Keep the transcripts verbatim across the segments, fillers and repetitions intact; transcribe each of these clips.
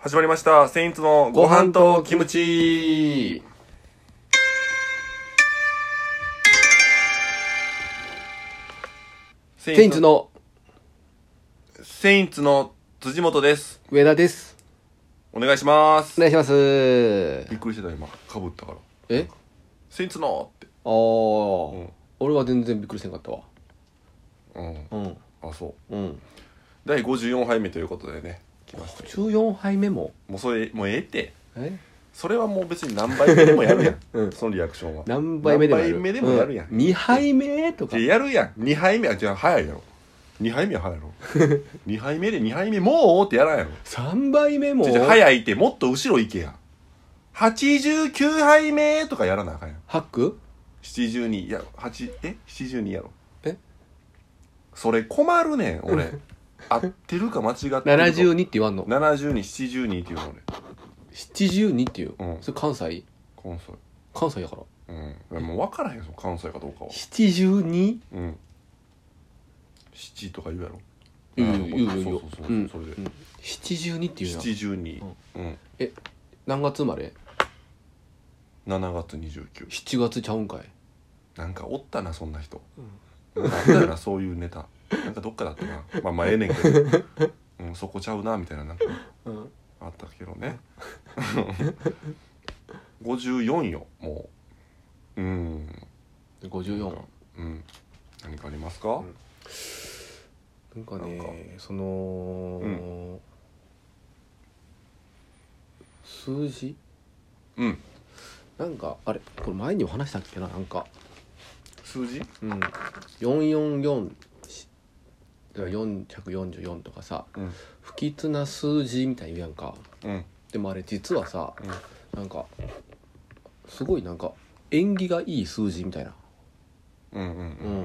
始まりましたセインツのご飯とキムチ。 セインツのセインツの辻本です。 上田です。 お願いします。 お願いします。 びっくりしてた今かぶったから。 えセインツのって。 ああ、うん、俺は全然びっくりせんかったわ。 うんうんあそううんだいごじゅうよんはいめということでね来ましたけど、 じゅうよんはいめももうそれもうええってえそれはもう別に何杯目でもやるやん、 うん、 そのリアクションは何杯目でもやる、 何杯目でもやるやん、 うん、にはいめとかやるやん。にはいめはじゃあ早いやろ。にはいめは早いやろにはいめでにはいめもうってやらんやろ。 さんばいめもじゃあ早いってもっと後ろ行けや。はちじゅうきゅうはいめとかやらなあかんやん。 ハックななじゅうにいやはちえななじゅうにやろ。 えそれ困るねん俺合ってるか間違ってるかななじゅうにって言わんの。 ななじゅうに、ななじゅうにっていうの俺ななじゅうにっていう、 うん、 それ関西関西関西やから、 うん、もう分からへんぞ関西かどうかは。 ななじゅうにうんななとか言うやろ。 言う言う言う言うそうそうそう、うん、それで、うん、 ななじゅうにっていうな。 ななじゅうに、うん、うん、 え何月生まれ？ しちがつにじゅうく。 しちがつちゃうんかい。 なんかおったなそんな人、 うん、 なんかあったよなそういうネタなんかどっかだったな。まあまあええねんけど、うん、そこちゃうなみたいななんか、うん、あったけどねごじゅうよんよもう。うんごじゅうよん。 うん何かありますか？うん、 なんかねなんかその、うん、数字うんなんかあれこれ前にも話したっけな。なんか数字うんよんよんよんよんひゃくよんじゅうよんとかさ、うん、不吉な数字みたいに言うやんか、うん、でもあれ実はさ、うん、なんかすごいなんか縁起がいい数字みたいな。 うんうんうん、うん、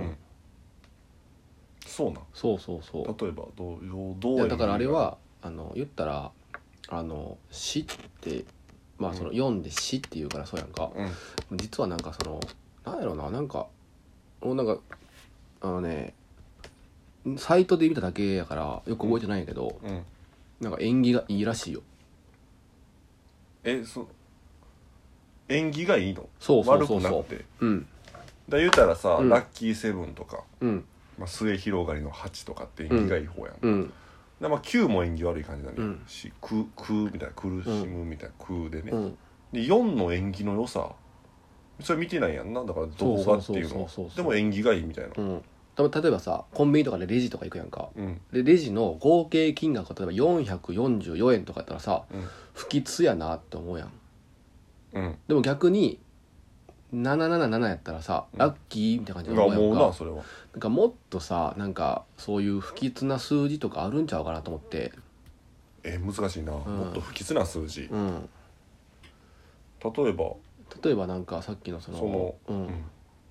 そうな。 そうそうそう。 例えばどうどういやだからあれはあの言ったらあの死ってまあそのよんで死って言うからそうやんか、うん、実はなんかそのなんやろななんかもうなんかあのねサイトで見ただけやからよく覚えてないんやけど、うん、なんか縁起がいいらしいよ。 えそ縁起がいいの？ そうそうそうそう、 悪くなくて、うん、 だ言うたらさ、うん、ラッキーセブンとか、 うんまあ、末広がりのはちとかって縁起がいい方やん、うん、でまあ、きゅうも縁起悪い感じだね、うん、しくくみたいな苦しむみたいなくでね、うん、でよんの縁起の良さそれ見てないやんな。だから動画っていうのでも縁起がいいみたいな、うん、 例えばさコンビニとかでレジとか行くやんか、うん、でレジの合計金額が例えばよんひゃくよんじゅうよえんとかやったらさ、うん、不吉やなって思うやん、うん、でも逆にななななななやったらさ、うん、ラッキーみたいな感じで思うやんか。 思うなそれは。 なんかもっとさなんかそういう不吉な数字とかあるんちゃうかなと思って。 え難しいな、うん、もっと不吉な数字、うん、例えば例えばなんかさっきのその、そのうんうん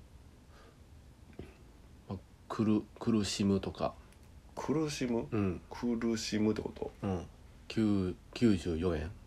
まあ、苦, 苦しむとか苦しむ、うん、苦しむってこと、うん、 きゅうきゅうじゅうよえん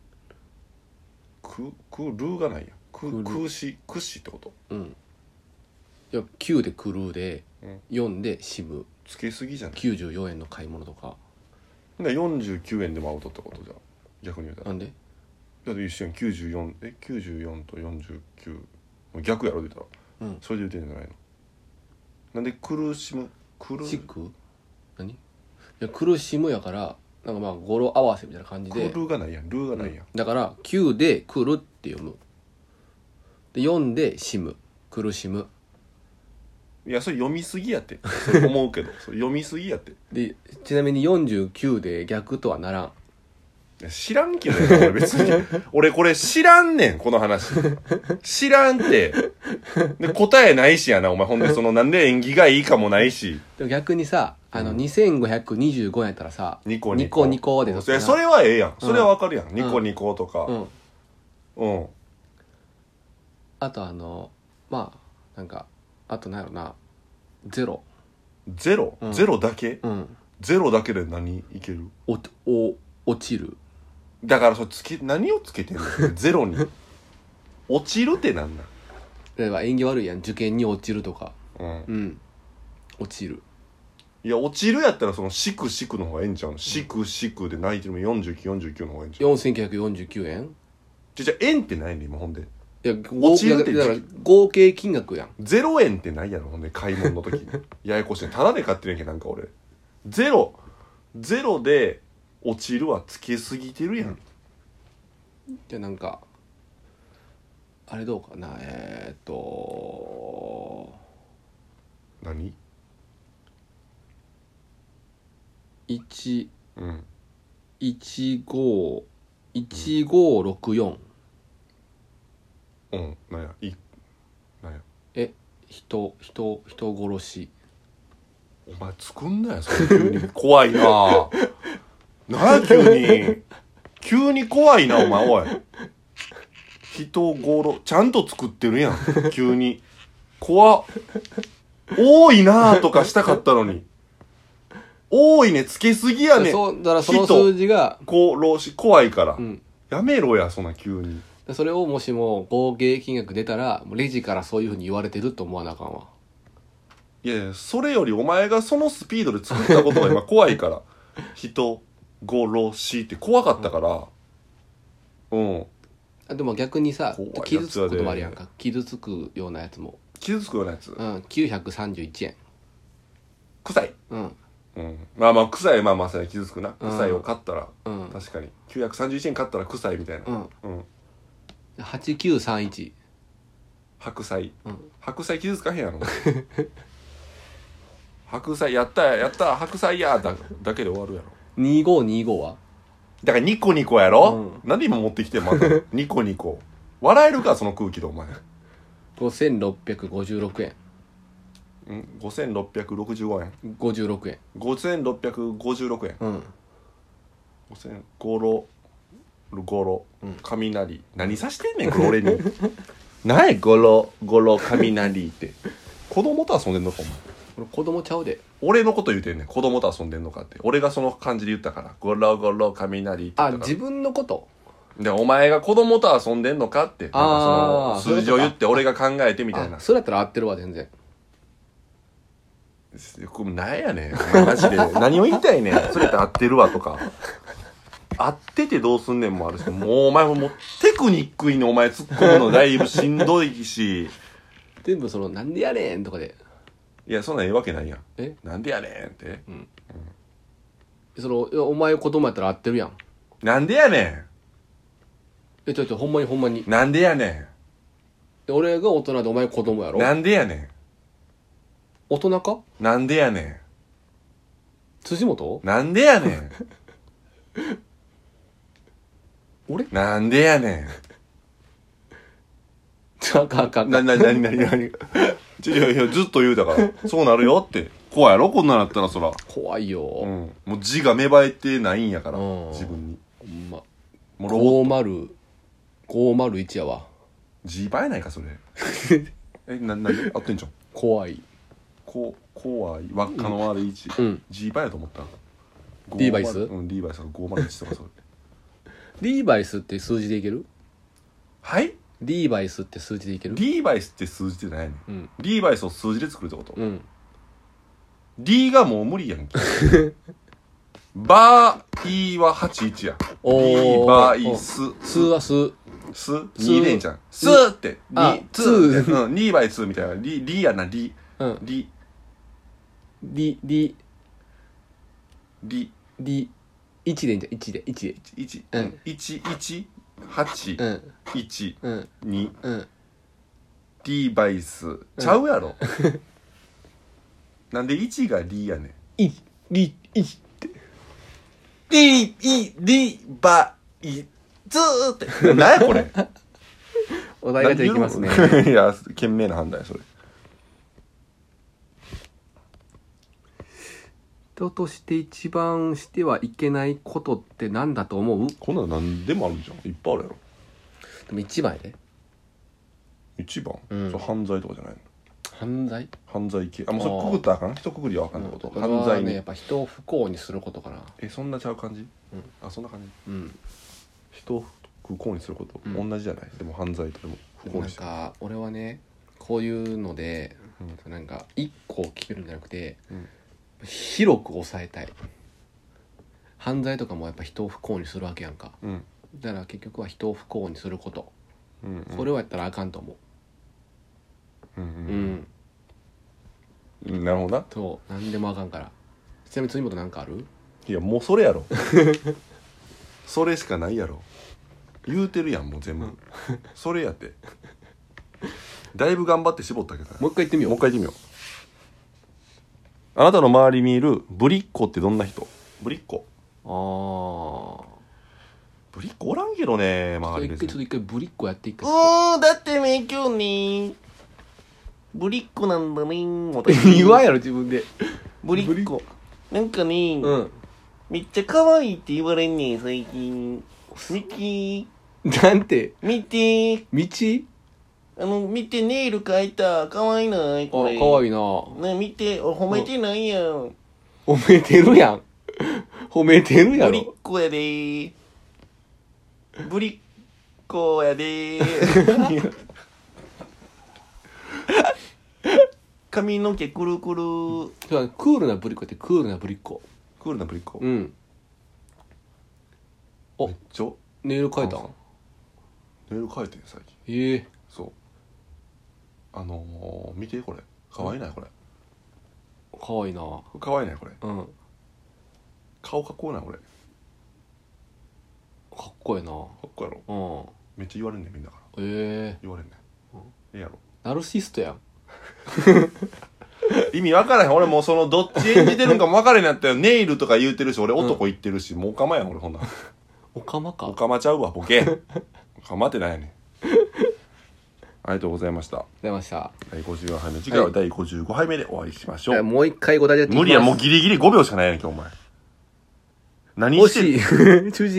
くくるがないやくくしくしってこと、うん、 いやきゅうでくるで、うん、よんでしむつけすぎじゃない。 きゅうじゅうよえんの買い物とかよんじゅうきゅうえんでもアウトってことじゃん逆に言うたら。 なんでだって一緒にきゅうじゅうよんえきゅうじゅうよんとよんじゅうきゅう逆やろ出たら、うん、それで言うてんじゃないの。なんで苦しむ苦しく何いや苦しむやからなんかまあ語呂合わせみたいな感じでルーがないやんルーがないやん、うん、 だからきゅうで来るって読むでよんでしむ苦しむ。 いやそれ読みすぎやってそれ思うけどそれ読みすぎやってでちなみによんじゅうきゅうで逆とはならん。 知らんけどね俺別に俺これ知らんねんこの話知らんってで答えないしやなお前ほんでそのなんで縁起がいいかもないし。 でも逆にさあの、うん、にせんごひゃくにじゅうごえんやったらさニコニコニコでそれそれはええやんそれはわかるやん、うん、ニコニコとかうん、うん、 あとあのまあなんかあとなんやろなゼロゼロ、うん、ゼロだけ、うん、ゼロだけで何いけるおお落ちる。 だからそれつけ何をつけてんのゼロに落ちるってなんなん。 例えば縁起悪いやん受験に落ちるとか、うん、うん、落ちる。 いや落ちるやったらそのしくしくの方がええんちゃうの。しくしくで泣いてるのよんじゅうきゅう、よんじゅうきゅうの方がええんちゃう。 よんせんきゅうひゃくよんじゅうきゅうえん。 じゃじゃ円ってないね今ほんで。 いや落ちるってだから合計金額やん。 ゼロえんってないやろほんで買い物の時にややこしい。ただで買ってるやんけなんか俺。ゼロゼロで落ちるはつけすぎてるやん。 じゃあなんかあれどうかな、えー、っと何一うん一五一五六四。 うんなんやいなんやえ人人人殺し。 お前作んなよそれ急に怖いななんや急に急に怖いなお前。おい人殺ちゃんと作ってるやん急に怖っ。多いなとかしたかったのに多いねつけすぎやねん。 そうだからその数字が殺し怖いから、 うん、 やめろやそんな急に。 それをもしも合計金額出たらもうレジからそういうふうに言われてると思わなあかんわ。 いやいやそれよりお前がそのスピードで作ったことが今怖いから人殺しって怖かったからうん。 あでも逆にさ怖いやつやで傷つくこともあるやんか。傷つくようなやつも傷つくようなやつ、 うん、きゅうひゃくさんじゅういちえん。 臭い。 うんうん、まあまあ臭いまあまあそれ傷つくな。 うん臭いを買ったら、 うん、 確かにきゅうひゃくさんじゅういちえん買ったら臭いみたいな。 うんうん、 はちきゅうさんいち。 白菜、 うん、 白菜傷つかへんやろ白菜やったややった白菜やだだけで終わるやろ。 にごにごはだからニコニコやろ、 うん、 なんで今持ってきてんまたニコニコ笑えるかその空気でお前。 ごせんろっぴゃくごじゅうろくえん。 うん、ごせんろっぴゃくろくじゅうごえん。 ごじゅうろくえん。 ごせんろっぴゃくごじゅうろくえん。 うんごせんゴロゴロ、 うん、 雷何さしてんねんこれ俺に何やゴロゴロ雷って子供と遊んでんのかお前。 これ子供ちゃうで。 俺のこと言うてんねん子供と遊んでんのかって。俺がその感じで言ったからゴロゴロ雷って言ったから。 あ自分のことでお前が子供と遊んでんのかってなんかあその数字を言って俺が考えてみたいな。 それやったら合ってるわ全然。 これ何やねんお前マジで何を言いたいねん。それやったら合ってるわとか合っててどうすんねんもあるし、もうお前ももうテクニックにお前突っ込むのだいぶしんどいし全部そのなんでやねんとかで。 いやそんなんええわけないやん。 えなんでやねんって、 うん、うん、そのいやお前子供やったら合ってるやん。 なんでやねえちょちょほんまにほんまにんなんでやねで俺が大人でお前子供やろ。 んなんでやね大人かんなんでやね辻本んなんでやねん俺なんでやねあかんあかんんなななになになにいやいやずっと言うだからそうなるよって怖いやろこんなんなったらそら。 怖いよ、 うん、もう字が芽生えてないんやから、 うん、 自分にほんまもうロボットごーまるいちやわ。 字映えないかそれえななに合ってんじゃん。 怖いこ怖い輪っかの悪い位置、 うん、 G バイやと思った。 リーバイスうんリーバイスがごーまるいちとかそれリーバイスって数字でいける。 はいリーバイスって数字でいける。 リーバイスって数字って何やねん、 うん、 リーバイスを数字で作るってこと、 うん、 リがもう無理やんけバーイははちいちや。リーバイススはススにでんじゃん。スってにツーうんリーバイスみたいなリリやなリうんリリリリリいちでいいんじゃん。いちでいちでいちうんいちいちはちうんいちうんにうんリーバイスちゃうやろ、なんでいちがリやねん。 いリいってリイリバイズーって何やこれお題がじゃあいきますねいや賢明な判断やそれ。 人として一番してはいけないことって何だと思う。 こんなの何でもあるじゃん。いっぱいあるやろ。 でも一番やで。 一番、 うん、 それ犯罪とかじゃないの。 犯罪犯罪系あもうそれくぐったらあかん。一くぐりはあかんってこと、 うん、 犯罪に、 ね、やっぱ人を不幸にすることかな。 えそんなちゃう感じ、 うん、 あそんな感じ、 うん、 人を不幸にすること、うん、同じじゃない。でも犯罪とでも不幸にする。 なんか俺はねこういうので、 うん、 なんか一個決めるんじゃなくて、 うん、 広く抑えたい。犯罪とかもやっぱ人を不幸にするわけやんか、 うん、 だから結局は人を不幸にすること、 うんうん、 それをやったらあかんと思う。 うんうんうん、なるほどな。 そう何でもあかんから。ちなみに辻本なんかある？ いやもうそれやろそれしかないやろ。言うてるやんもう全部それやってだいぶ頑張って絞ったけど、 もう一回言ってみよう。 もう一回言ってみよう。あなたの周りにいるぶりっ子ってどんな人？ぶりっ子、 ああぶりっ子おらんけどね周り一回ちょっと一回ぶりっ子やっていくか。 うーんだってね今日ねぶりっ子なんだね言わんやろ自分で。 ぶりっ子なんかね、 うん、 めっちゃ可愛いって言われんねん最近。見てなんて見て道？ あの見てネイル描いた可愛いないこれ。 あ、かわいいな。 ね見て俺褒めてないやん。 褒めてるやん褒めてるやぶりっろ。 子やでーぶりっ子やでー髪の毛くるくる。 そうだ、クールなぶりっ子ってクールなぶりっ子。 クールなぶりっ子。 うん。おめっちゃネイル描いたん？ ネイル描いてん最近。 ええそうあのー、見てこれ可愛いないこれ。 かわいいな。 可愛いないこれ。 うん。 顔かっこいいなこれ。 かっこいいな。 かっこいいやろ。 うん。 めっちゃ言われんねんみんなから。 ええ言われんねん。 うんええやろ。 ナルシストやん。 意味分からへん。俺もうそのどっち演じてるんかも分からへんなったよ。ネイルとか言うてるし俺男言ってるし、もうおかまやん俺ほんなら。 おかまか。 おかまちゃうわボケ。おかまってないやねん。ありがとうございました。 出ました。 だいごじゅうよんはいめ、次回はだいごじゅうごはいめでお会いしましょう。 もう一回ごだけやっていきます。 無理やもうギリギリごびょうしかないやねん今日お前。何してんの？ もし主人